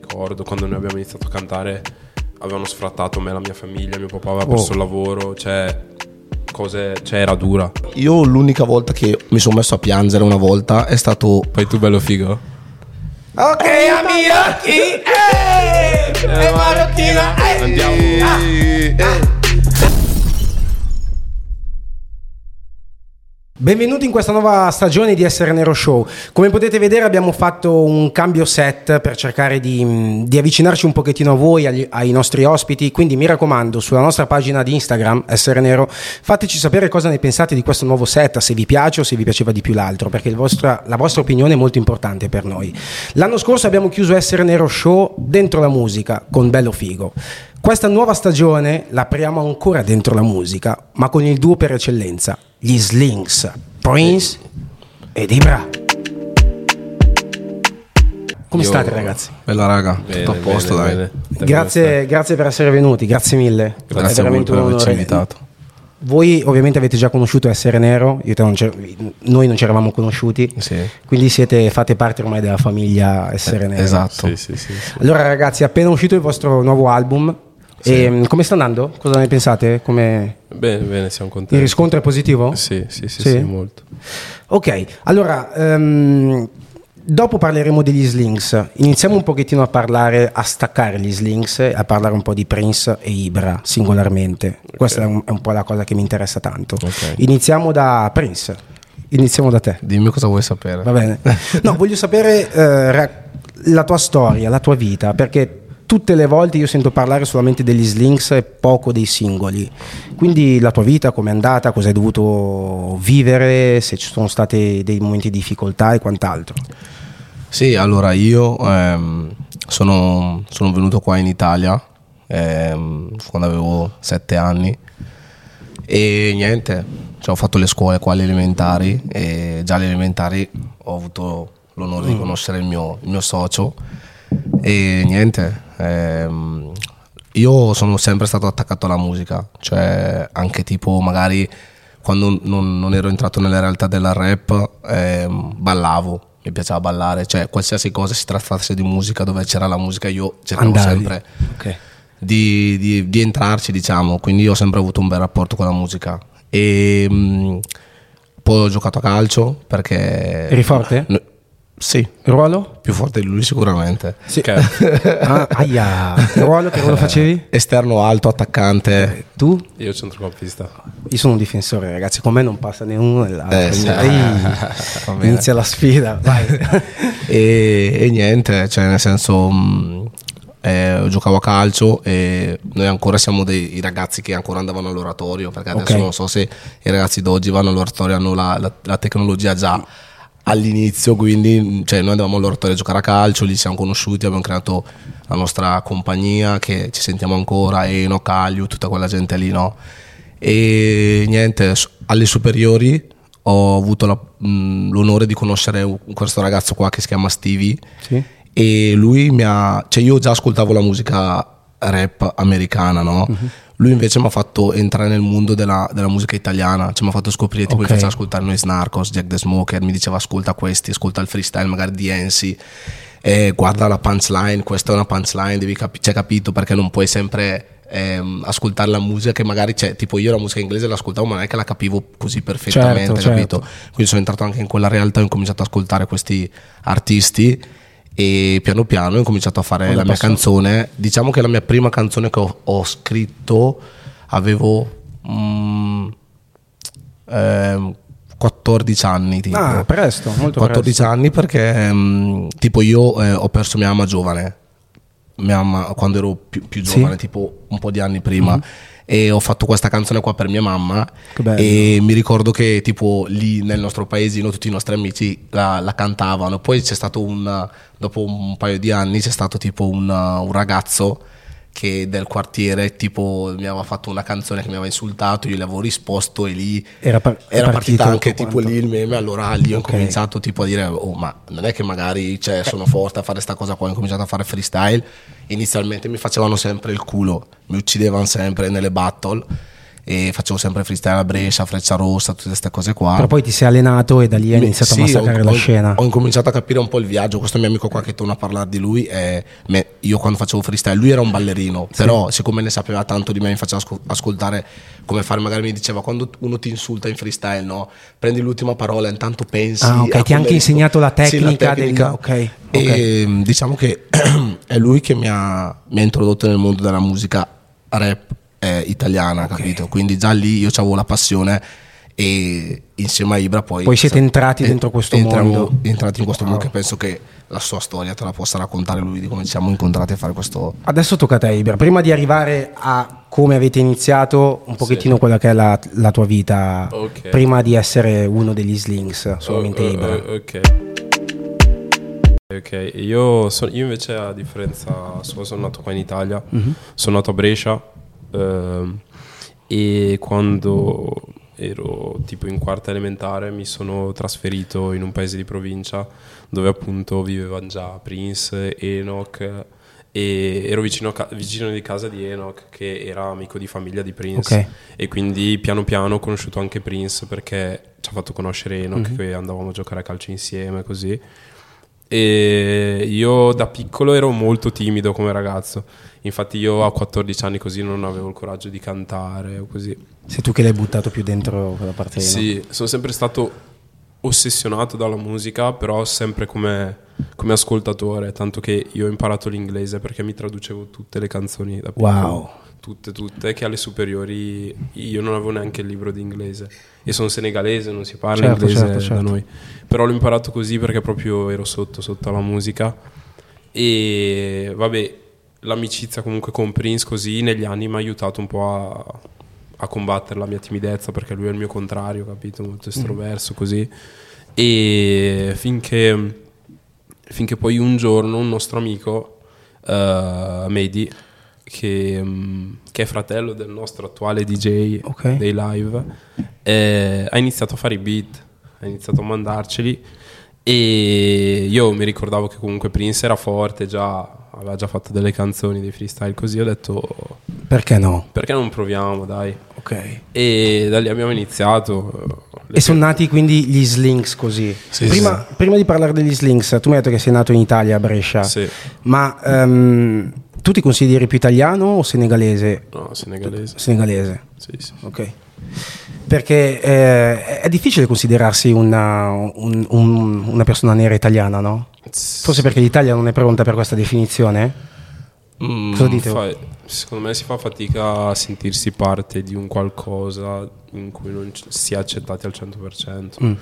ricordo quando noi abbiamo iniziato a cantare avevano sfrattato me e la mia famiglia, mio papà aveva perso il lavoro, era dura. Io l'unica volta che mi sono messo a piangere una volta è stato... Poi tu bello figo. Ok, amici, è marocchina, Andiamo. Benvenuti in questa nuova stagione di Essere Nero Show. Come potete vedere abbiamo fatto un cambio set per cercare di avvicinarci un pochettino a voi, ai nostri ospiti, quindi mi raccomando sulla nostra pagina di Instagram Essere Nero fateci sapere cosa ne pensate di questo nuovo set, se vi piace o se vi piaceva di più l'altro, perché la vostra opinione è molto importante per noi. L'anno scorso abbiamo chiuso Essere Nero Show dentro la musica con Bello Figo. Questa nuova stagione l'apriamo ancora dentro la musica, ma con il duo per eccellenza, gli Slings, Prince ed Ibra. Come state ragazzi? Bella raga, Bene, tutto a posto, bene, dai. bene. Grazie per essere venuti, grazie mille. Grazie è veramente a voi un per averci onore. invitato. Voi ovviamente avete già conosciuto Essere Nero, noi non ci eravamo conosciuti, Sì. quindi fate parte ormai della famiglia Essere Nero. Esatto. Sì. Allora ragazzi, è appena uscito il vostro nuovo album. Sì. E come sta andando? Cosa ne pensate? Bene, siamo contenti. Il riscontro è positivo? Sì, molto. Ok, allora dopo parleremo degli Slings. Iniziamo un pochettino a staccare gli Slings e a parlare un po' di Prince e Ibra singolarmente. Questa è un po' la cosa che mi interessa tanto. Ok. Iniziamo da Prince. Iniziamo da te. Dimmi cosa vuoi sapere. Va bene. No, voglio sapere la tua storia, la tua vita, perché tutte le volte io sento parlare solamente degli Slings e poco dei singoli. Quindi la tua vita, com'è andata, cosa hai dovuto vivere, se ci sono stati dei momenti di difficoltà e quant'altro. Sì, allora io sono venuto qua in Italia quando avevo 7 anni e niente, ho fatto le scuole qua alle elementari e già alle elementari ho avuto l'onore di conoscere il mio socio e niente, io sono sempre stato attaccato alla musica, cioè anche tipo magari quando non ero entrato nella realtà della rap ballavo. Mi piaceva ballare, cioè qualsiasi cosa si trattasse di musica, dove c'era la musica io cercavo sempre di entrarci, diciamo, quindi io ho sempre avuto un bel rapporto con la musica e poi ho giocato a calcio perché... Eri forte? Sì. Ruolo? Più forte di lui sicuramente. Sì. Aia. Ruolo, che ruolo facevi? Esterno alto, attaccante. Tu? Io centrocampista. Io sono un difensore, ragazzi, con me non passa né uno né l'altro. Sì. Inizia la sfida, vai. e niente, cioè nel senso giocavo a calcio e noi ancora siamo dei ragazzi che ancora andavano all'oratorio, perché adesso non so se i ragazzi d'oggi vanno all'oratorio, hanno la tecnologia già all'inizio, quindi cioè, noi andavamo all'oratorio a giocare a calcio, lì siamo conosciuti, abbiamo creato la nostra compagnia che ci sentiamo ancora, Eno, Cagliu, tutta quella gente lì, no? E niente, alle superiori ho avuto l'onore di conoscere questo ragazzo qua che si chiama Stevie. Sì. E lui cioè io già ascoltavo la musica rap americana, no? Uh-huh. Lui invece mi ha fatto entrare nel mondo della musica italiana, cioè mi ha fatto scoprire, tipo mi faceva ascoltare Noise Narcos, Jack the Smoker, mi diceva ascolta questi, ascolta il freestyle magari di NC, guarda la punchline, questa è una punchline, devi capito, perché non puoi sempre ascoltare la musica che magari c'è, tipo io la musica inglese l'ascoltavo ma non è che la capivo così perfettamente, capito? Quindi sono entrato anche in quella realtà, ho cominciato ad ascoltare questi artisti e piano piano ho incominciato a fare la mia canzone. Diciamo che la mia prima canzone che ho scritto avevo 14 anni tipo. Presto, molto 14 presto. anni perché tipo io ho perso mia mamma giovane, mia mamma quando ero più giovane, tipo un po' di anni prima. E ho fatto questa canzone qua per mia mamma e mi ricordo che tipo lì nel nostro paesino tutti i nostri amici la cantavano. Poi c'è stato dopo un paio di anni c'è stato tipo un ragazzo che del quartiere tipo mi aveva fatto una canzone che mi aveva insultato, io gli avevo risposto e lì era partita anche tipo lì il meme. Allora lì ho cominciato tipo a dire oh, ma non è che magari sono forte a fare sta cosa qua. Ho cominciato a fare freestyle. Inizialmente mi facevano sempre il culo, mi uccidevano sempre nelle battle e facevo sempre freestyle a Brescia, Frecciarossa, tutte queste cose qua. Però poi ti sei allenato e da lì hai iniziato a massacrare la scena. Ho incominciato a capire un po' il viaggio. Questo mio amico qua che torna a parlare di lui, io quando facevo freestyle, lui era un ballerino, però siccome ne sapeva tanto di me, mi faceva ascoltare come fare, magari mi diceva quando uno ti insulta in freestyle, no, prendi l'ultima parola, intanto pensi. Ok, ti ha anche insegnato la tecnica, Okay. E diciamo che è lui che mi ha introdotto nel mondo della musica rap italiana, capito? Quindi già lì io avevo la passione e insieme a Ibra poi siete entrati dentro questo mondo. Entrati in questo mondo, che penso che la sua storia te la possa raccontare lui, di come ci siamo incontrati a fare questo. Adesso tocca a te, Ibra, prima di arrivare a come avete iniziato un pochettino quella che è la tua vita, prima di essere uno degli Slings, solamente Ibra. Ok, io invece, a differenza sua, sono nato qua in Italia, sono nato a Brescia, e quando ero tipo in quarta elementare mi sono trasferito in un paese di provincia dove appunto vivevano già Prince, Enoch, e ero vicino di casa di Enoch, che era amico di famiglia di Prince, e quindi piano piano ho conosciuto anche Prince perché ci ha fatto conoscere Enoch, che andavamo a giocare a calcio insieme, così. E io da piccolo ero molto timido come ragazzo, infatti io a 14 anni così non avevo il coraggio di cantare o così. Sei tu che l'hai buttato più dentro quella parte lì? Sì, sono sempre stato ossessionato dalla musica, però sempre come ascoltatore, tanto che io ho imparato l'inglese perché mi traducevo tutte le canzoni da piccolo. Wow. Tutte, che alle superiori io non avevo neanche il libro di inglese, e sono senegalese, non si parla inglese da noi, però l'ho imparato così perché proprio ero sotto alla musica. E vabbè, l'amicizia comunque con Prince così negli anni mi ha aiutato un po' a combattere la mia timidezza, perché lui è il mio contrario, capito, molto estroverso così. E finché poi un giorno un nostro amico, Mehdi, che è fratello del nostro attuale DJ dei live, ha iniziato a fare i beat, ha iniziato a mandarceli, e io mi ricordavo che comunque Prince era forte, aveva già fatto delle canzoni, dei freestyle così, ho detto perché no? Perché non proviamo, dai. E da lì abbiamo iniziato. E sono nati quindi gli Slings così. Sì, prima di parlare degli Slings, tu mi hai detto che sei nato in Italia, a Brescia. Sì. Ma tu ti consideri più italiano o senegalese? No, senegalese. Senegalese. Sì. Ok. Perché è difficile considerarsi una persona nera italiana, no? Forse perché l'Italia non è pronta per questa definizione? Cosa dite? Secondo me si fa fatica a sentirsi parte di un qualcosa in cui non si è accettati al 100%.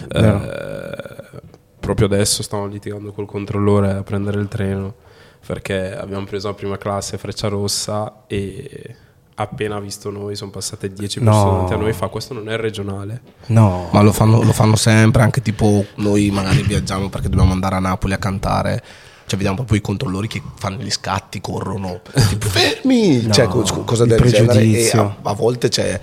Proprio adesso stiamo litigando col controllore a prendere il treno, perché abbiamo preso la prima classe a Frecciarossa e appena visto noi sono passate 10 persone davanti a noi, questo non è il regionale. No, ma lo fanno sempre, anche tipo noi magari viaggiamo perché dobbiamo andare a Napoli a cantare, cioè vediamo proprio i controllori che fanno gli scatti, corrono tipo fermi, cioè cosa del genere, e a volte c'è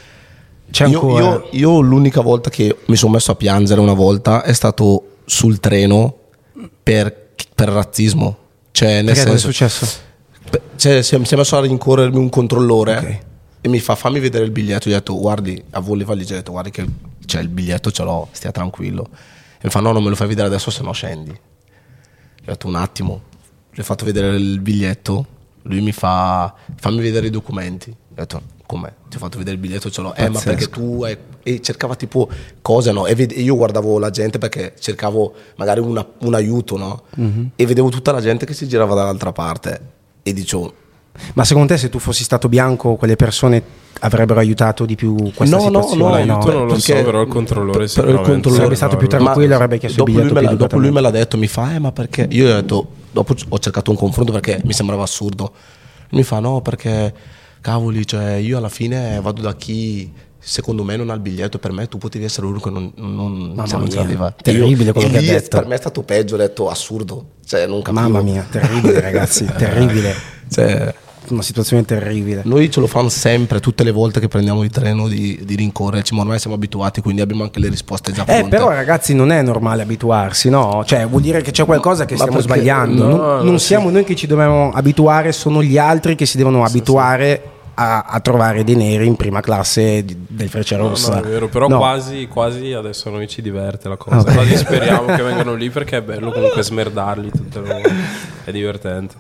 io l'unica volta che mi sono messo a piangere una volta è stato sul treno per razzismo, cioè nel senso, cosa è successo? Cioè, si è messo a rincorrermi un controllore e mi fa fammi vedere il biglietto. Gli ho detto guardi, a voi le valigie, ho detto guardi che il biglietto ce l'ho, stia tranquillo. E mi fa no, non me lo fai vedere adesso, se no scendi. Gli ho detto un attimo, gli ho fatto vedere il biglietto, lui mi fa fammi vedere i documenti. Ho detto com'è? Ti ho fatto vedere il biglietto, ce l'ho. Ma perché tu e cercava tipo cose, no? E io guardavo la gente perché cercavo magari un aiuto, no? E vedevo tutta la gente che si girava dall'altra parte e dicevo, ma secondo te se tu fossi stato bianco quelle persone avrebbero aiutato di più questa situazione? No, non lo so, però il controllore sarebbe stato più tranquillo, avrebbe chiesto il biglietto. Dopo lui me l'ha detto, mi fa ma perché? Io gli ho detto, dopo ho cercato un confronto perché mi sembrava assurdo. Mi fa no, perché cavoli, cioè io alla fine vado da chi secondo me non ha il biglietto, per me tu potevi essere l'unico che non ci arriva. Terribile quello che ha detto. Per me è stato peggio, ho detto assurdo, cioè non capivo. Mamma mia, terribile ragazzi, terribile, cioè una situazione terribile. Noi ce lo fanno sempre, tutte le volte che prendiamo il treno di rincorrerci, ma ormai siamo abituati, quindi abbiamo anche le risposte già pronte. Però ragazzi non è normale abituarsi, no? Cioè vuol dire che c'è qualcosa che stiamo sbagliando. Non siamo noi che ci dobbiamo abituare, sono gli altri che si devono abituare a trovare dei neri in prima classe del Frecciarossa. No, è vero, però quasi adesso a noi ci diverte la cosa. Okay. Quasi speriamo che vengano lì, perché è bello comunque smerdarli tutte le volte. È divertente.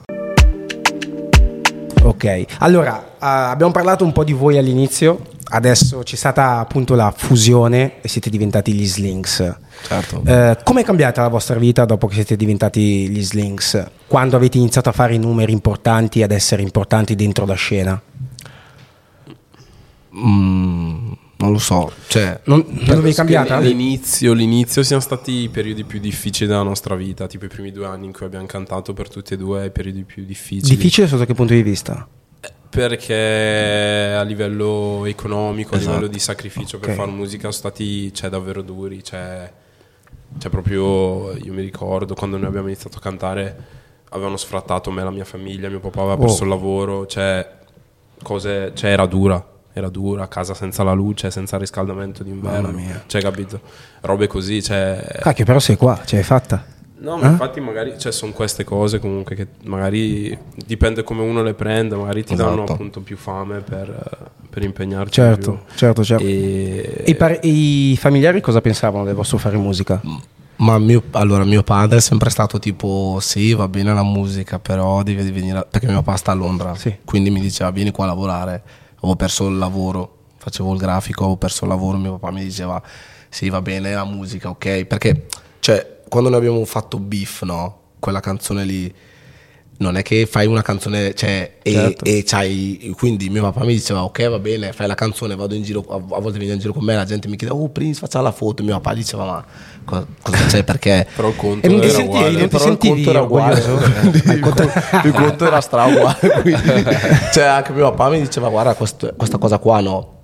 Ok, allora abbiamo parlato un po' di voi all'inizio, adesso c'è stata appunto la fusione e siete diventati gli Slings. Certo. Come è cambiata la vostra vita dopo che siete diventati gli Slings? Quando avete iniziato a fare i numeri importanti, ad essere importanti dentro la scena? Non lo so, cioè non è cambiata? L'inizio siano stati i periodi più difficili della nostra vita, tipo i primi 2 anni in cui abbiamo cantato, per tutti e due i periodi più difficili. Difficile sotto che punto di vista? Perché a livello economico, a livello di sacrificio per fare musica sono stati davvero duri, proprio, io mi ricordo quando noi abbiamo iniziato a cantare avevano sfrattato me e la mia famiglia, mio papà aveva perso il lavoro, era dura, a casa senza la luce, senza riscaldamento d'inverno, capito? Robe così, Cacchio, però sei qua, ce l'hai fatta. No, ma infatti magari sono queste cose comunque che magari dipende come uno le prende, magari ti danno appunto più fame per impegnarci. Certo. E i familiari cosa pensavano del vostro fare musica? Ma mio padre è sempre stato tipo sì, va bene la musica, però devi venire, perché mio papà sta a Londra, quindi mi diceva vieni qua a lavorare. Avevo perso il lavoro, facevo il grafico, avevo perso il lavoro, mio papà mi diceva sì, va bene la musica, ok, perché quando noi abbiamo fatto Beef, no, quella canzone lì, non è che fai una canzone, e c'hai, quindi mio papà mi diceva ok, va bene, fai la canzone, vado in giro, a volte vieni in giro con me, la gente mi chiede Prince, facciamo la foto, mio papà diceva ma cosa c'è, perché però il conto era uguale, però il conto era uguale, il conto era stra uguale, quindi anche mio papà mi diceva guarda questa cosa qua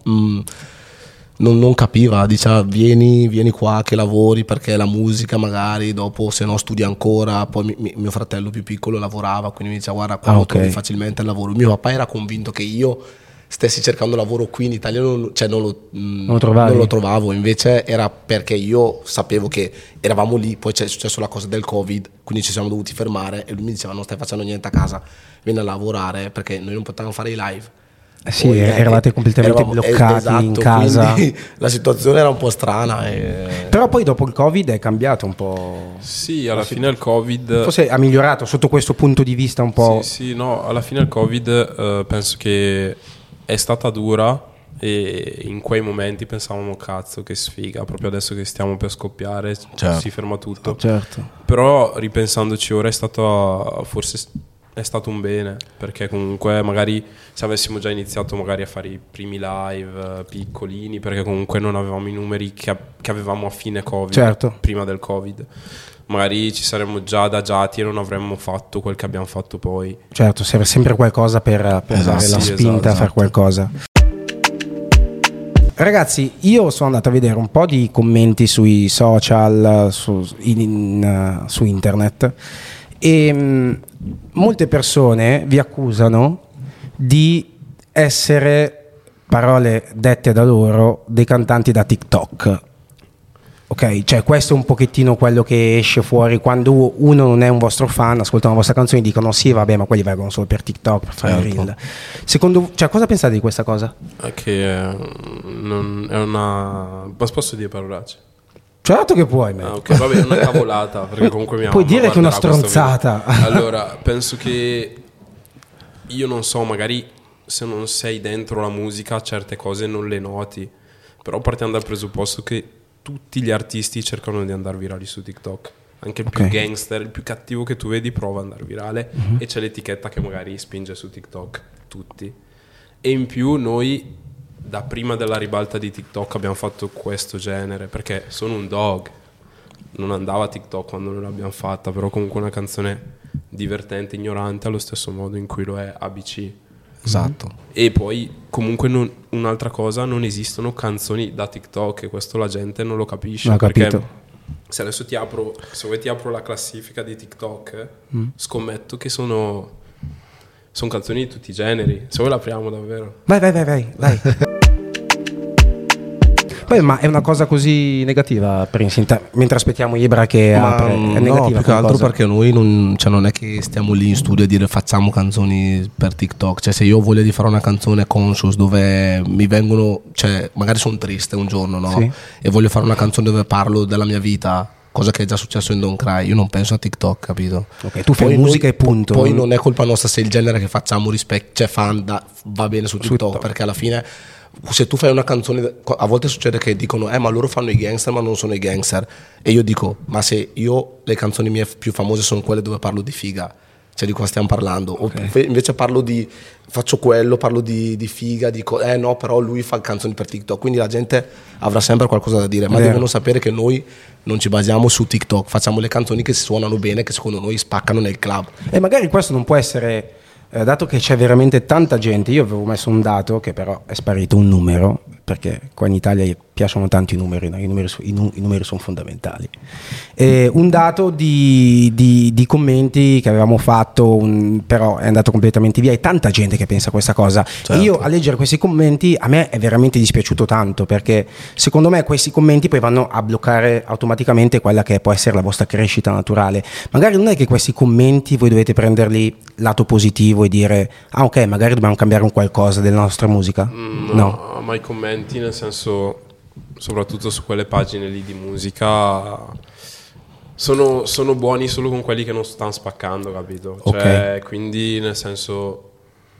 non capiva, diceva vieni qua che lavori, perché la musica magari dopo se no studi ancora, poi mio fratello più piccolo lavorava, quindi mi diceva guarda qua trovi facilmente il lavoro. Mio papà era convinto che io stessi cercando lavoro qui in Italia, non lo trovavo, invece era perché io sapevo che eravamo lì, poi c'è successo la cosa del Covid, quindi ci siamo dovuti fermare e lui mi diceva non stai facendo niente a casa, vieni a lavorare, perché noi non potevamo fare i live. Sì, eravate completamente bloccati in casa. La situazione era un po' strana. Però poi dopo il Covid è cambiato un po'. Sì, alla fine il Covid. Forse ha migliorato sotto questo punto di vista un po'. Sì, no, alla fine il Covid penso che è stata dura e in quei momenti pensavamo cazzo che sfiga, proprio adesso che stiamo per scoppiare si ferma tutto. Certo. Però ripensandoci ora è stato un bene, perché comunque magari se avessimo già iniziato magari a fare i primi live piccolini, perché comunque non avevamo i numeri che avevamo a fine Covid, prima del Covid, magari ci saremmo già adagiati e non avremmo fatto quel che abbiamo fatto poi. Certo, serve sempre qualcosa per dare la spinta a fare qualcosa. Ragazzi, io sono andato a vedere un po' di commenti sui social, su internet, e molte persone vi accusano di essere, parole dette da loro, dei cantanti da TikTok. Ok, questo è un pochettino quello che esce fuori quando uno non è un vostro fan, ascolta una vostra canzone e dicono sì vabbè, ma quelli vengono solo per TikTok, per fare reel. Secondo cosa pensate di questa cosa? Che non è una... posso dire parolacce? Certo che puoi, ok, vabbè, è una cavolata, perché comunque puoi dire che è una stronzata. Allora, penso che io non so, magari se non sei dentro la musica certe cose non le noti, però partiamo dal presupposto che tutti gli artisti cercano di andare virali su TikTok, anche il più gangster, il più cattivo che tu vedi prova ad andare virale, e c'è l'etichetta che magari spinge su TikTok, tutti. E in più noi da prima della ribalta di TikTok abbiamo fatto questo genere, perché sono un dog, non andava a TikTok quando noi l'abbiamo fatta, però comunque una canzone divertente, ignorante allo stesso modo in cui lo è ABC. Esatto. E poi comunque un'altra cosa, non esistono canzoni da TikTok, e questo la gente non lo capisce, perché se adesso ti apro la classifica di TikTok, scommetto che sono canzoni di tutti i generi. Se vuoi l'apriamo davvero. Vai. Beh, Ma è una cosa così negativa, mentre aspettiamo Ibra che apre? È negativa? Più che altro perché noi non è che stiamo lì in studio a dire facciamo canzoni per TikTok. Cioè, se io ho voglia di fare una canzone conscious dove mi vengono, cioè magari sono triste un giorno, no? Sì. E voglio fare una canzone dove parlo della mia vita, cosa che è già successo in Don't Cry, io non penso a TikTok, capito? Ok, tu fai musica e punto. Poi non è colpa nostra se il genere che facciamo va bene su TikTok, perché alla fine se tu fai una canzone, a volte succede che dicono ma loro fanno i gangster ma non sono i gangster, e io dico ma se le canzoni mie più famose sono quelle dove parlo di figa, cioè di cosa stiamo parlando? Okay. Invece parlo di figa, dico no, però lui fa canzoni per TikTok, quindi la gente avrà sempre qualcosa da dire, ma devono sapere che noi non ci basiamo su TikTok, facciamo le canzoni che suonano bene, che secondo noi spaccano nel club. E magari questo non può essere, dato che c'è veramente tanta gente, io avevo messo un dato che però è sparito, un numero, perché qua in Italia piacciono tanto i numeri, no? I numeri sono fondamentali. Un dato di commenti che avevamo fatto, però è andato completamente via, e tanta gente che pensa questa cosa. Certo. E io a leggere questi commenti a me è veramente dispiaciuto tanto, perché secondo me questi commenti poi vanno a bloccare automaticamente quella che può essere la vostra crescita naturale. Magari non è che questi commenti voi dovete prenderli lato positivo e dire ok, magari dobbiamo cambiare un qualcosa della nostra musica. No, ma i commenti, nel senso, soprattutto su quelle pagine lì di musica, sono buoni solo con quelli che non stanno spaccando, capito? Okay. Cioè, quindi nel senso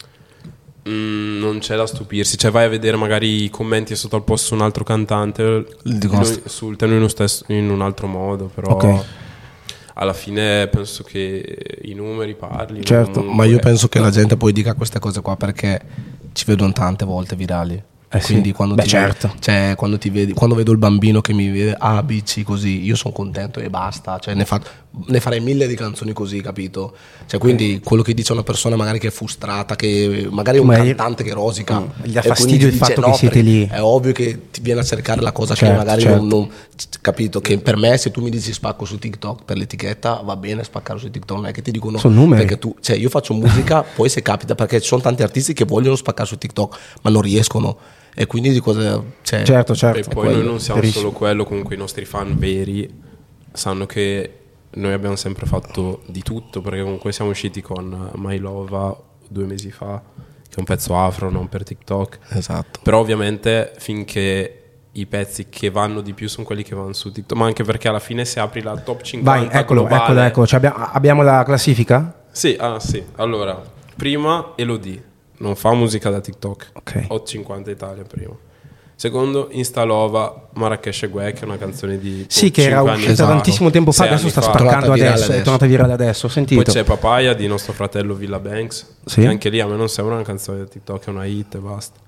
non c'è da stupirsi, cioè vai a vedere magari i commenti sotto al post su un altro cantante, insultano in un altro modo, però okay. Alla fine penso che i numeri parlino. Certo, ma io penso che la gente poi dica queste cose qua perché ci vedono tante volte virali. Quindi quando certo. Cioè, quando vedo il bambino che mi vede B, C così, io sono contento e basta, cioè ne farei 1000 di canzoni così, capito? Cioè, quindi quello che dice una persona magari che è frustrata, che magari è un cantante che rosica, gli ha fastidio il fatto che siete lì, è ovvio che ti viene a cercare la cosa, certo, che magari non capito, che per me se tu mi dici spacco su TikTok per l'etichetta va bene spaccare su TikTok, non è che ti dicono sono numeri, perché tu, cioè io faccio musica poi se capita, perché ci sono tanti artisti che vogliono spaccare su TikTok ma non riescono. E quindi di cosa, cioè, certo. E poi noi non siamo solo quello, comunque i nostri fan veri sanno che noi abbiamo sempre fatto di tutto, perché comunque siamo usciti con My Lova 2 mesi fa, che è un pezzo afro, non per TikTok. Esatto. Però ovviamente finché i pezzi che vanno di più sono quelli che vanno su TikTok, ma anche perché alla fine se apri la top 50 vai, eccolo. Cioè, abbiamo la classifica? Sì, sì. Allora, prima Elodie. Non fa musica da TikTok, okay. 850 Italia primo. Secondo Instalova Marrakesh e Gue, che è una canzone di sì, che era uscita tantissimo tempo fa, adesso sta spaccando adesso, è tornata virale adesso, ho sentito. Poi c'è Papaya di nostro fratello Villa Banks, sì. Che anche lì a me non sembra una canzone da TikTok, è una hit e basta.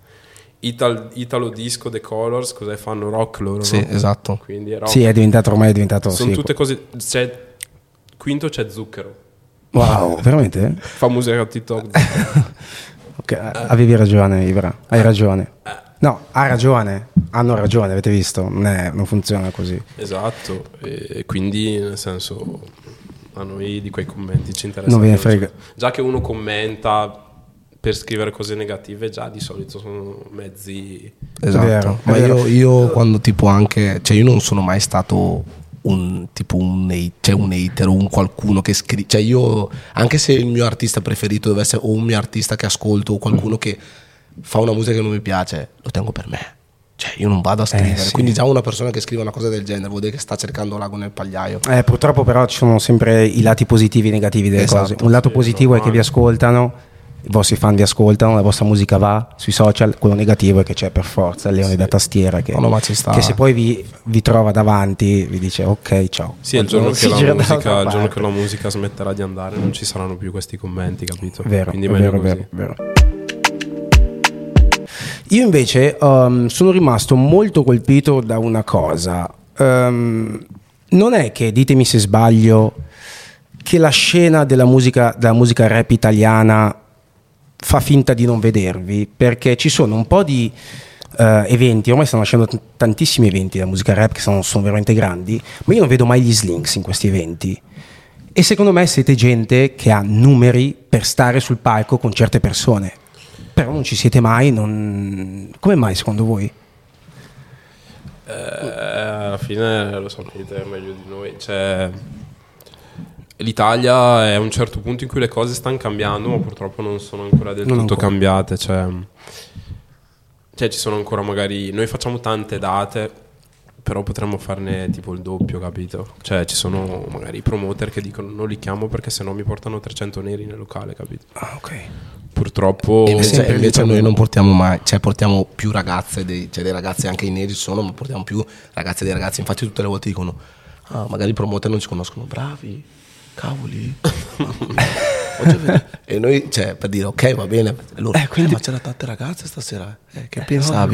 Italo Disco The Colors, cos'è? Fanno rock loro, sì, no? esatto. Quindi è rock. Sì, ormai è diventato sono tutte cose, quinto c'è Zucchero. Wow, veramente? Fa musica da TikTok. Okay, avevi ragione Ibra, hai ragione. No, ha ragione, hanno ragione, avete visto, non funziona così. Esatto, e quindi nel senso a noi di quei commenti ci interessa. Non ve ne frega. Già che uno commenta per scrivere cose negative, già di solito sono mezzi. Esatto, vero, ma io quando tipo anche, cioè io non sono mai stato un hater o un qualcuno che scrive, cioè io anche se il mio artista preferito deve essere o un mio artista che ascolto o qualcuno che fa una musica che non mi piace, lo tengo per me, cioè io non vado a scrivere, sì. Quindi già una persona che scrive una cosa del genere vuol dire che sta cercando l'ago nel pagliaio. Purtroppo però ci sono sempre i lati positivi e negativi delle cose. Un lato positivo è che vi ascoltano, i vostri fan vi ascoltano, la vostra musica va sui social. Quello negativo è che c'è per forza il leone da tastiera che se poi vi trova davanti vi dice ok ciao. Sì, il giorno che la musica smetterà di andare non ci saranno più questi commenti, capito? Vero, quindi vero. Io invece sono rimasto molto colpito da una cosa, non è che, ditemi se sbaglio, che la scena della musica rap italiana fa finta di non vedervi, perché ci sono un po' di eventi, ormai stanno nascendo tantissimi eventi della musica rap che sono veramente grandi, ma io non vedo mai gli Slinks in questi eventi, e secondo me siete gente che ha numeri per stare sul palco con certe persone, però non ci siete mai. Come mai secondo voi? Alla fine lo sapete meglio di noi, cioè l'Italia è a un certo punto in cui le cose stanno cambiando, ma purtroppo non sono ancora del tutto cambiate, cioè ci sono ancora, magari noi facciamo tante date, però potremmo farne tipo il doppio, capito? Cioè ci sono magari i promoter che dicono non li chiamo perché sennò mi portano 300 neri nel locale, capito? Ah, ok. Purtroppo invece noi non portiamo mai, cioè portiamo più ragazze, dei ragazzi, anche i neri sono, ma portiamo più ragazze dei ragazzi. Infatti tutte le volte dicono magari i promoter non ci conoscono, bravi, cavoli. E noi, cioè, per dire ok, va bene, loro, quindi ma c'era tante ragazze stasera, che pensavi?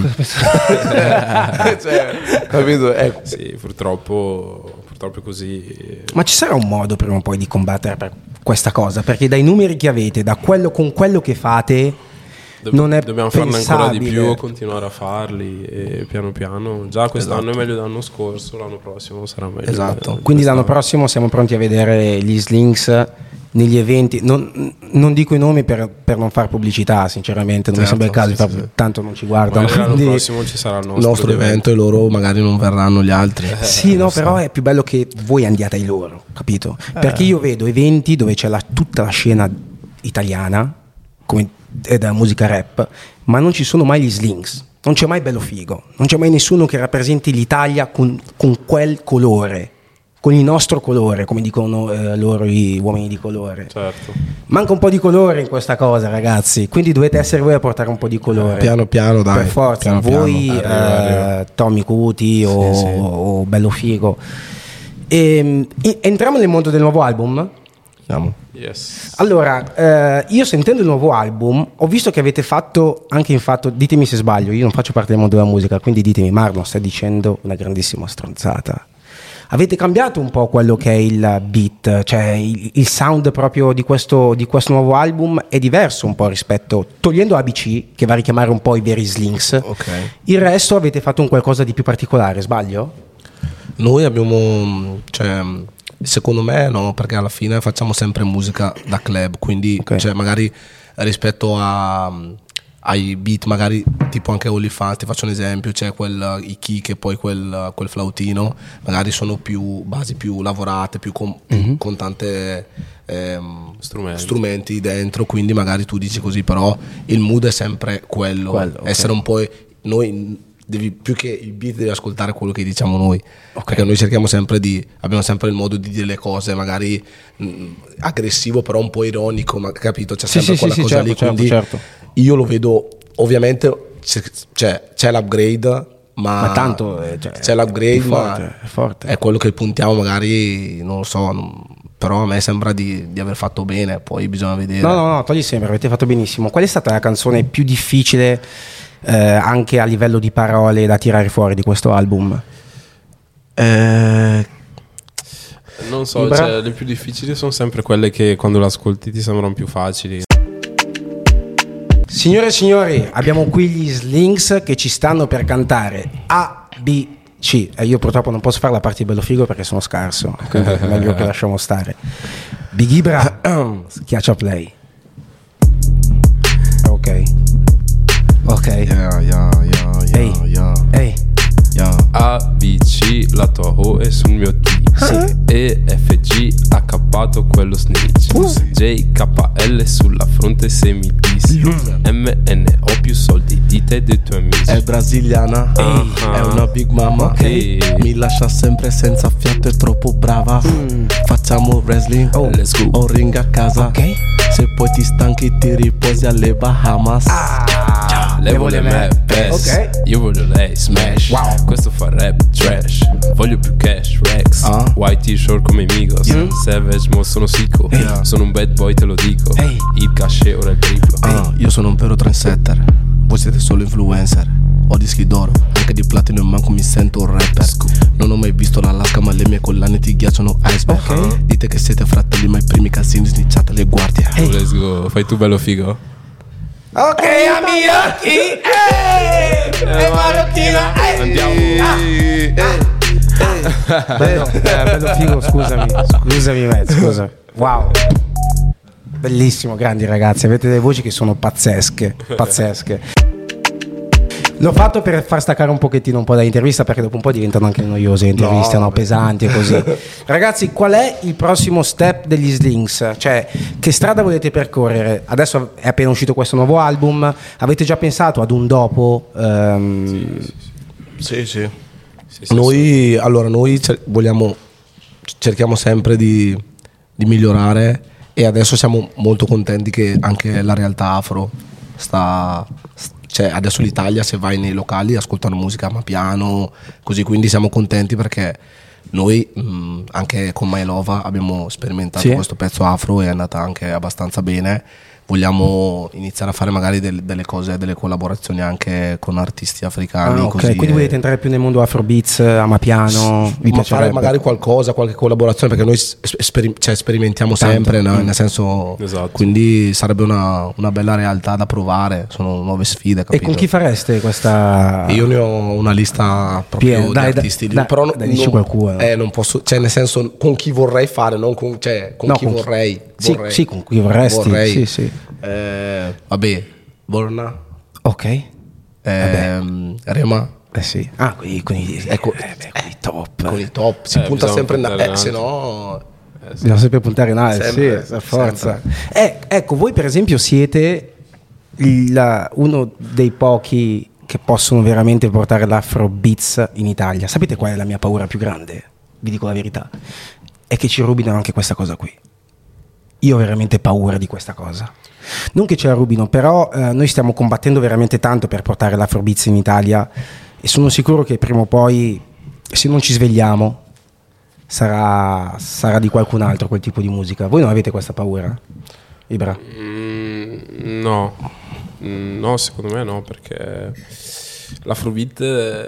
Cioè, capito? Sì, purtroppo è così. Ma ci sarà un modo prima o poi di combattere per questa cosa? Perché dai numeri che avete, con quello che fate, non è dobbiamo farne ancora di più, continuare a farli e piano piano. Già quest'anno è meglio dell'anno scorso, l'anno prossimo sarà meglio. Esatto. Quindi l'anno prossimo siamo pronti a vedere gli Slings negli eventi. Non dico i nomi per non fare pubblicità, sinceramente, non mi sembra il caso, tanto non ci guardano. L'anno prossimo ci sarà il nostro evento e loro magari non verranno gli altri. Sì, no, però è più bello che voi andiate ai loro, capito? Perché io vedo eventi dove c'è tutta la scena italiana, come della musica rap, ma non ci sono mai gli Slings, non c'è mai Bello Figo, non c'è mai nessuno che rappresenti l'Italia con quel colore, con il nostro colore, come dicono loro gli uomini di colore. Certo. Manca un po' di colore in questa cosa, ragazzi, quindi dovete essere voi a portare un po' di colore. Piano piano, dai. Per forza, piano, voi arriva. Tommy Cuti o Bello Figo. Entriamo nel mondo del nuovo album. Andiamo. Yes. Allora, io sentendo il nuovo album ho visto che avete fatto anche ditemi se sbaglio, io non faccio parte del mondo della musica, quindi ditemi, Marlon stai dicendo una grandissima stronzata. Avete cambiato un po' quello che è il beat, cioè il sound proprio di questo nuovo album è diverso un po' rispetto, togliendo ABC che va a richiamare un po' i veri Slings. Okay. Il resto avete fatto un qualcosa di più particolare, sbaglio? Noi abbiamo, cioè, secondo me no, perché alla fine facciamo sempre musica da club, quindi cioè, magari rispetto ai beat, magari tipo anche OnlyFans, ti faccio un esempio, c'è i kick e poi quel flautino, magari sono più basi più lavorate, più con tante strumenti dentro, quindi magari tu dici così, però il mood è sempre quello. Essere un po', noi più che il beat devi ascoltare quello che diciamo noi, perché noi cerchiamo sempre abbiamo sempre il modo di dire le cose, magari aggressivo però un po' ironico, capito? C'è sempre quella cosa lì, quindi io lo vedo, ovviamente c'è l'upgrade, ma tanto c'è l'upgrade, è forte. È quello che puntiamo, magari non lo so, però a me sembra di aver fatto bene, poi bisogna vedere. No, togli sempre, avete fatto benissimo. Qual è stata la canzone più difficile anche a livello di parole da tirare fuori di questo album? Non so, cioè, le più difficili sono sempre quelle che quando le ascolti ti sembrano più facili. Signore e signori, abbiamo qui gli Slings che ci stanno per cantare ABC. Io purtroppo non posso fare la parte di Bello Figo perché sono scarso, quindi è meglio che lasciamo stare. Big Ibra, schiaccia play. Ok. ABC, la tua O è sul mio T. E F G accappato quello snitch. J KL sulla fronte se mi dissi. MN ho più soldi di te e dei tuoi amici. È brasiliana, è una big mama, mi lascia sempre senza fiato, è troppo brava. Facciamo wrestling, let's go. O ring a casa, se poi ti stanchi ti riposi alle Bahamas. Lei vuole me best, io voglio lei smash. Questo fa rap trash, voglio più cash, Rex, white t-shirt come Migos, Savage mo sono sicco, sono un bad boy te lo dico, il cachet ora è il triplo. Io sono un vero trendsetter, voi siete solo influencer. Ho dischi d'oro, anche di platino e manco mi sento un rapper. Non ho mai visto l'Alaska ma le mie collane ti ghiacciano iceberg. Dite che siete fratelli ma i primi casini snitchate le guardie. Let's go, fai tu Bello Figo. Ok, amici, è marocchina, andiamo. Bello Figo, scusami. Wow, bellissimo, grandi ragazzi, avete delle voci che sono pazzesche. L'ho fatto per far staccare un pochettino un po' dall'intervista, perché dopo un po' diventano anche noiose interviste, no, pesanti e così. Ragazzi, qual è il prossimo step degli Slings? Cioè, che strada volete percorrere? Adesso è appena uscito questo nuovo album, avete già pensato ad un dopo? Sì. Noi cerchiamo sempre di migliorare, e adesso siamo molto contenti che anche la realtà afro cioè adesso l'Italia, se vai nei locali, ascoltano musica amapiano, così, quindi siamo contenti perché noi anche con My Love abbiamo sperimentato questo pezzo afro e è andata anche abbastanza bene. Vogliamo iniziare a fare magari delle cose, delle collaborazioni anche con artisti africani. Ok, così, quindi volete entrare più nel mondo afrobeats, amapiano? Ma fare magari qualcosa, qualche collaborazione, perché noi sperimentiamo sempre, no? Nel senso, esatto. Quindi sarebbe una bella realtà da provare, sono nuove sfide, capito? E con chi fareste questa? Io ne ho una lista proprio di artisti, però dici qualcuno. Non posso, cioè nel senso, con chi vorrei fare, non con, cioè, con chi vorrei. Sì, con chi vorresti. Sì. Vabbè, Borna. Ok. Rema. Sì. Con i top. Con i top. Si punta sempre in se no. Bisogna sempre puntare in alto, sì, a forza. Ecco, voi per esempio siete uno dei pochi che possono veramente portare l'Afrobeats in Italia. Sapete qual è la mia paura più grande? Vi dico la verità. È che ci rubino anche questa cosa qui. Io ho veramente paura di questa cosa. Non che ce la rubino, però noi stiamo combattendo veramente tanto per portare l'Afrobeats in Italia, e sono sicuro che prima o poi, se non ci svegliamo, sarà di qualcun altro quel tipo di musica. Voi non avete questa paura, Ibra? No, secondo me no, perché l'Afrobeat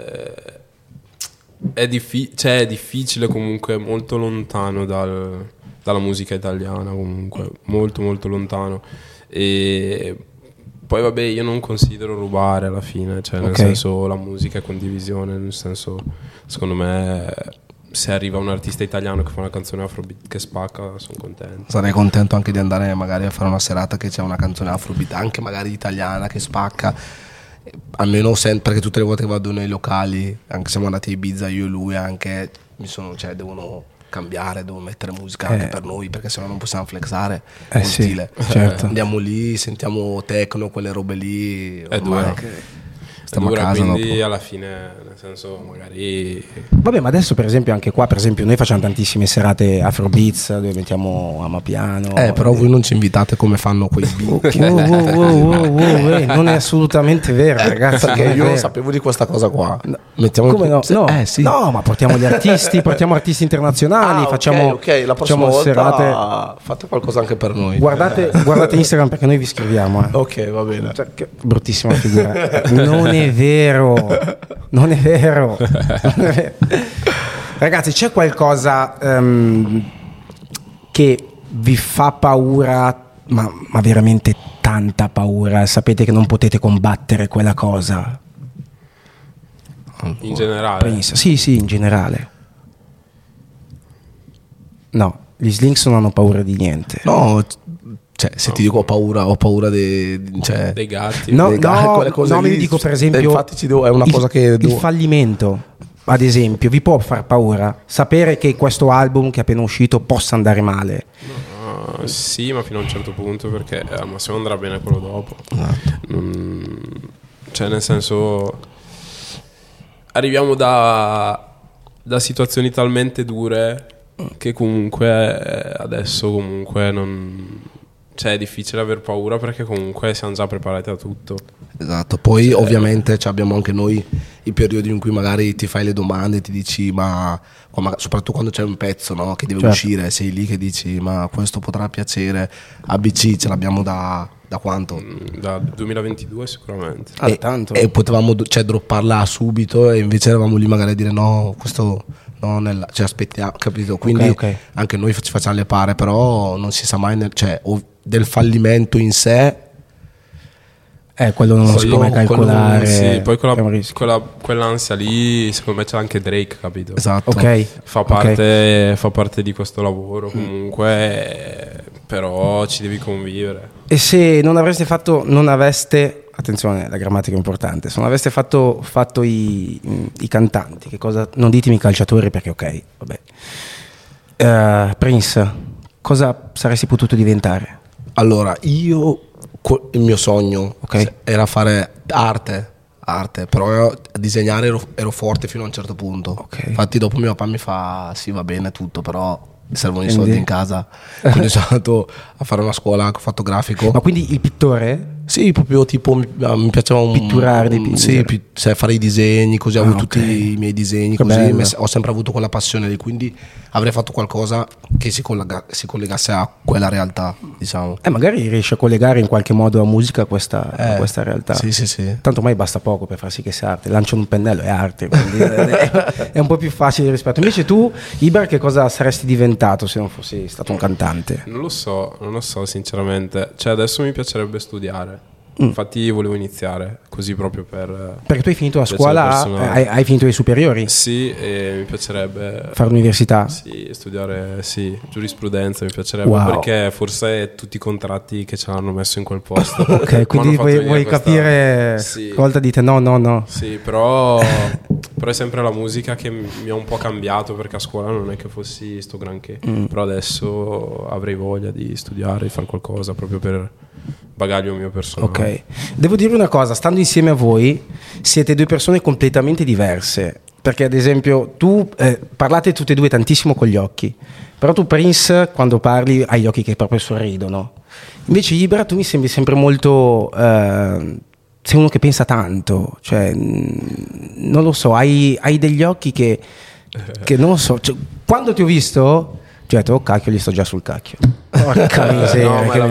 è difficile, comunque, molto lontano dalla musica italiana, comunque molto molto lontano. E poi vabbè, io non considero rubare alla fine, cioè nel senso, la musica è condivisione, nel senso, secondo me, se arriva un artista italiano che fa una canzone Afrobeat che spacca, sono contento. Sarei contento anche di andare magari a fare una serata che c'è una canzone Afrobeat, anche magari italiana, che spacca, almeno perché tutte le volte che vado nei locali, anche siamo andati a Ibiza io e lui, anche devono cambiare, devo mettere musica anche per noi, perché sennò non possiamo flexare con stile. Certo. Andiamo lì, sentiamo techno, quelle robe lì, è dura. Stiamo a casa quindi dopo. Alla fine, nel senso, magari vabbè, ma adesso per esempio anche qua, per esempio, noi facciamo tantissime serate Afrobeats dove mettiamo amapiano. Però voi non ci invitate come fanno quei beat. Non è assolutamente vero, ragazzi, perché io non sapevo di questa cosa qua. Mettiamo come no? sì. No, ma portiamo gli artisti, portiamo artisti internazionali, facciamo la prossima volta serate. fate qualcosa anche per noi. Guardate Instagram, perché noi vi scriviamo. Ok, va bene. Cioè, che bruttissima figura. Non è vero. Ragazzi, c'è qualcosa che vi fa paura, ma veramente tanta paura? Sapete che non potete combattere quella cosa? in generale. Sì, in generale. No, gli Slings non hanno paura di niente. No, cioè, se ti dico ho paura dei gatti. Quelle cose mi lì, dico per esempio, infatti è una cosa che il fallimento, ad esempio, vi può far paura sapere che questo album che è appena uscito possa andare male? Sì, ma fino a un certo punto, perché al massimo andrà bene quello dopo. Cioè, nel senso, arriviamo da situazioni talmente dure che comunque adesso comunque non, cioè, è difficile aver paura, perché comunque siamo già preparati a tutto. Esatto. Poi ovviamente abbiamo anche noi i periodi in cui magari ti fai le domande, ti dici ma soprattutto quando c'è un pezzo, no, che deve uscire, sei lì che dici ma questo potrà piacere. ABC ce l'abbiamo da quanto? Da 2022 sicuramente. Tanto. E potevamo dropparla subito, e invece eravamo lì magari a dire no, questo no, aspettiamo, capito? Quindi anche noi ci facciamo le pare, però non si sa mai del fallimento in sé. Quello non lo si può mai calcolare. Sì, poi quell'ansia lì, secondo me c'è anche Drake, capito? Esatto. Fa parte di questo lavoro comunque, però ci devi convivere. E se non aveste attenzione, la grammatica è importante, se non aveste fatto i cantanti, che cosa, non ditemi calciatori perché ok, vabbè. Prince, cosa saresti potuto diventare? Allora, il mio sogno era fare arte, però a disegnare ero forte fino a un certo punto. Infatti dopo mio papà mi fa sì, va bene tutto, però servono i soldi in casa, quindi sono andato a fare una scuola, ho fatto grafico. Ma quindi il pittore? Sì, proprio tipo mi piaceva pitturare dei pini, fare i disegni, così avevo tutti i miei disegni, che così ho sempre avuto quella passione lì, quindi avrei fatto qualcosa che si collegasse a quella realtà, diciamo. Magari riesci a collegare in qualche modo la musica a questa realtà. Sì. Tanto ormai basta poco per far sì che sia arte, lanciano un pennello, è arte, quindi è un po' più facile rispetto. Invece tu, Ibra, che cosa saresti diventato se non fossi stato un cantante? Non lo so sinceramente, cioè adesso mi piacerebbe studiare. Infatti volevo iniziare così proprio perché tu hai finito la scuola, hai finito le superiori? Sì, e mi piacerebbe fare l'università? Sì, studiare giurisprudenza mi piacerebbe, perché forse tutti i contratti che ce l'hanno messo in quel posto. Ok, quindi vuoi capire, sì. Volta dite no. Sì, però è sempre la musica che mi ha un po' cambiato, perché a scuola non è che fossi sto granché, però adesso avrei voglia di studiare, di fare qualcosa proprio per bagaglio mio personale. Ok, devo dire una cosa, stando insieme a voi siete due persone completamente diverse, perché ad esempio tu parlate tutte e due tantissimo con gli occhi, però tu, Prince, quando parli hai gli occhi che proprio sorridono, invece Ibra tu mi sembri sempre molto sei uno che pensa tanto, cioè non lo so, hai degli occhi che non lo so, cioè, quando ti ho visto cioè, oh cacchio, gli sto già sul cacchio. Porca miseria, che mi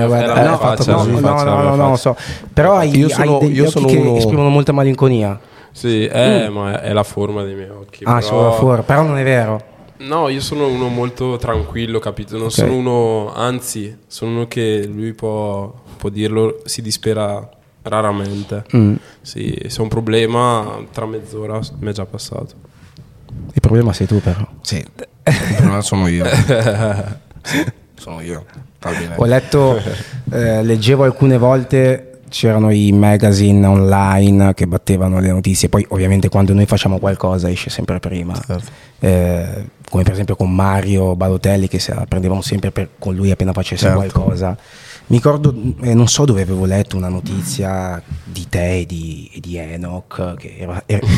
guarda. No, so. Però hai degli occhi che esprimono molta malinconia. Sì, ma è la forma dei miei occhi. Solo la forma, però non è vero. No, io sono uno molto tranquillo, capito? Non sono uno, anzi, sono uno che lui può dirlo, si dispera raramente. Sì, se ho un problema, tra mezz'ora mi è già passato. Il problema sei tu, però. Sì, il problema sono io. Sono io. Va bene. Ho letto, leggevo alcune volte, c'erano i magazine online che battevano le notizie, poi ovviamente quando noi facciamo qualcosa esce sempre prima. Certo. Come per esempio con Mario Balotelli, che se la prendevamo sempre con lui appena facesse qualcosa. Mi ricordo, non so dove avevo letto una notizia di te e di Enoch, che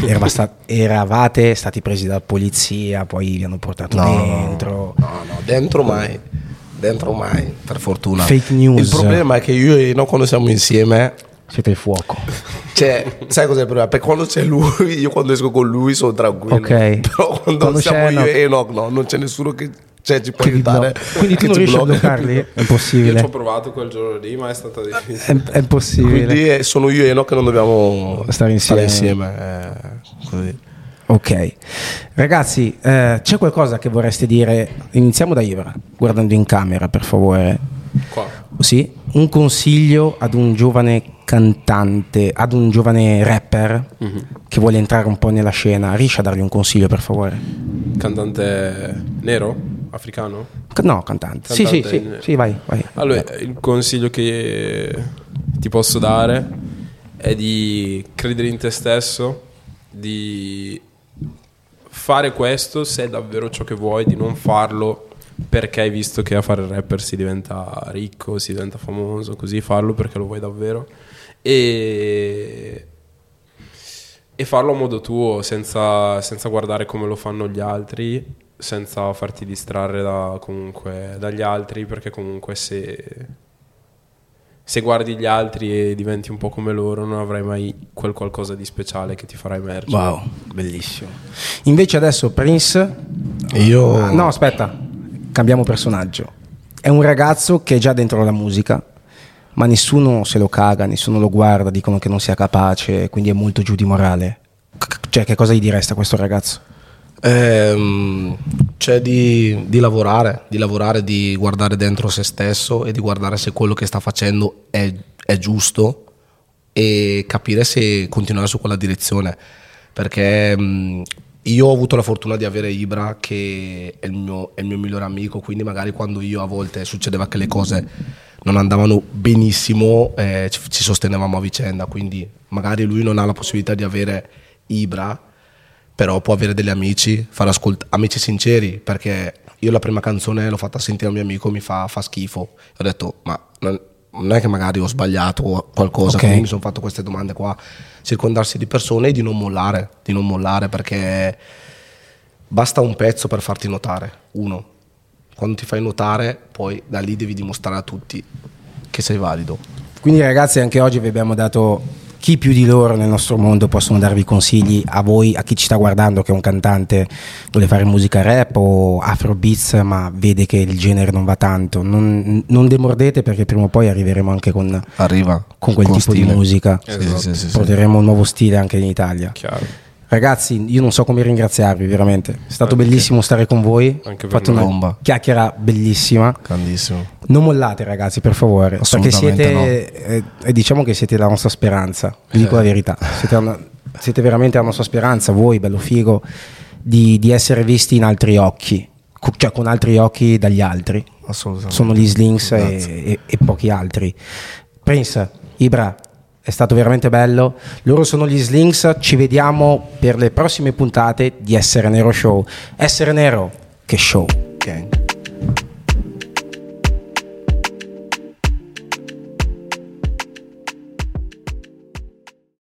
eravate stati presi dalla polizia, poi vi hanno portato dentro. No, dentro mai, per fortuna. Fake news. Il problema è che io e Enoch, quando siamo insieme, siete il fuoco. Cioè, sai cos'è il problema? Perché quando c'è lui, io quando esco con lui sono tranquillo. Ok. Però quando siamo io e Enoch, no, non c'è nessuno che ci può aiutare. Quindi tu non riesci a bloccarli? È impossibile. Io ci ho provato quel giorno lì, ma è stata difficile. È impossibile. Quindi sono io e Enoch che non dobbiamo stare insieme. Così. Ok, ragazzi, c'è qualcosa che vorreste dire? Iniziamo da Ibra, guardando in camera, per favore. Qua. Sì, un consiglio ad un giovane cantante, ad un giovane rapper che vuole entrare un po' nella scena. Riesci a dargli un consiglio, per favore? Cantante nero? Africano? No, cantante. Sì, vai. Allora, il consiglio che ti posso dare è di credere in te stesso, di fare questo se è davvero ciò che vuoi, di non farlo perché hai visto che a fare il rapper si diventa ricco, si diventa famoso, così farlo perché lo vuoi davvero e farlo a modo tuo, senza guardare come lo fanno gli altri, senza farti distrarre dagli altri, perché comunque se guardi gli altri e diventi un po' come loro non avrai mai quel qualcosa di speciale che ti farà emergere. Wow, bellissimo. Invece adesso Prince, no, aspetta, cambiamo personaggio. È un ragazzo che è già dentro la musica, ma nessuno se lo caga, nessuno lo guarda, dicono che non sia capace, quindi è molto giù di morale. Cioè, che cosa gli diresti a questo ragazzo? Cioè di lavorare, di guardare dentro se stesso e di guardare se quello che sta facendo è giusto e capire se continuare su quella direzione, perché io ho avuto la fortuna di avere Ibra, che è il mio migliore amico, quindi magari quando io a volte succedeva che le cose non andavano benissimo, ci sostenevamo a vicenda, quindi magari lui non ha la possibilità di avere Ibra, però può avere degli amici, amici sinceri, perché io la prima canzone l'ho fatta sentire a un mio amico, mi fa schifo, ho detto ma non è che magari ho sbagliato o qualcosa, quindi mi sono fatto queste domande qua, circondarsi di persone e di non mollare, perché basta un pezzo per farti notare, quando ti fai notare poi da lì devi dimostrare a tutti che sei valido. Quindi ragazzi, anche oggi vi abbiamo dato, chi più di loro nel nostro mondo possono darvi consigli a voi, a chi ci sta guardando che è un cantante, vuole fare musica rap o afrobeats ma vede che il genere non va tanto, non demordete, perché prima o poi arriveremo anche con quel tipo stile di musica, esatto. Porteremo un nuovo stile anche in Italia. Chiaro. Ragazzi, io non so come ringraziarvi, veramente è stato bellissimo stare con voi, anche per fatto una chiacchiera bellissima, grandissimo. Non mollate ragazzi, per favore, perché siete diciamo che siete la nostra speranza, vi dico la verità, siete veramente la nostra speranza, voi bello figo, di essere visti in altri occhi, cioè con altri occhi dagli altri. Assolutamente. Sono gli Slings e pochi altri. Prince, Ibra, è stato veramente bello. Loro sono gli Slings. Ci vediamo per le prossime puntate di Essere Nero Show. Essere Nero, che show! Gang.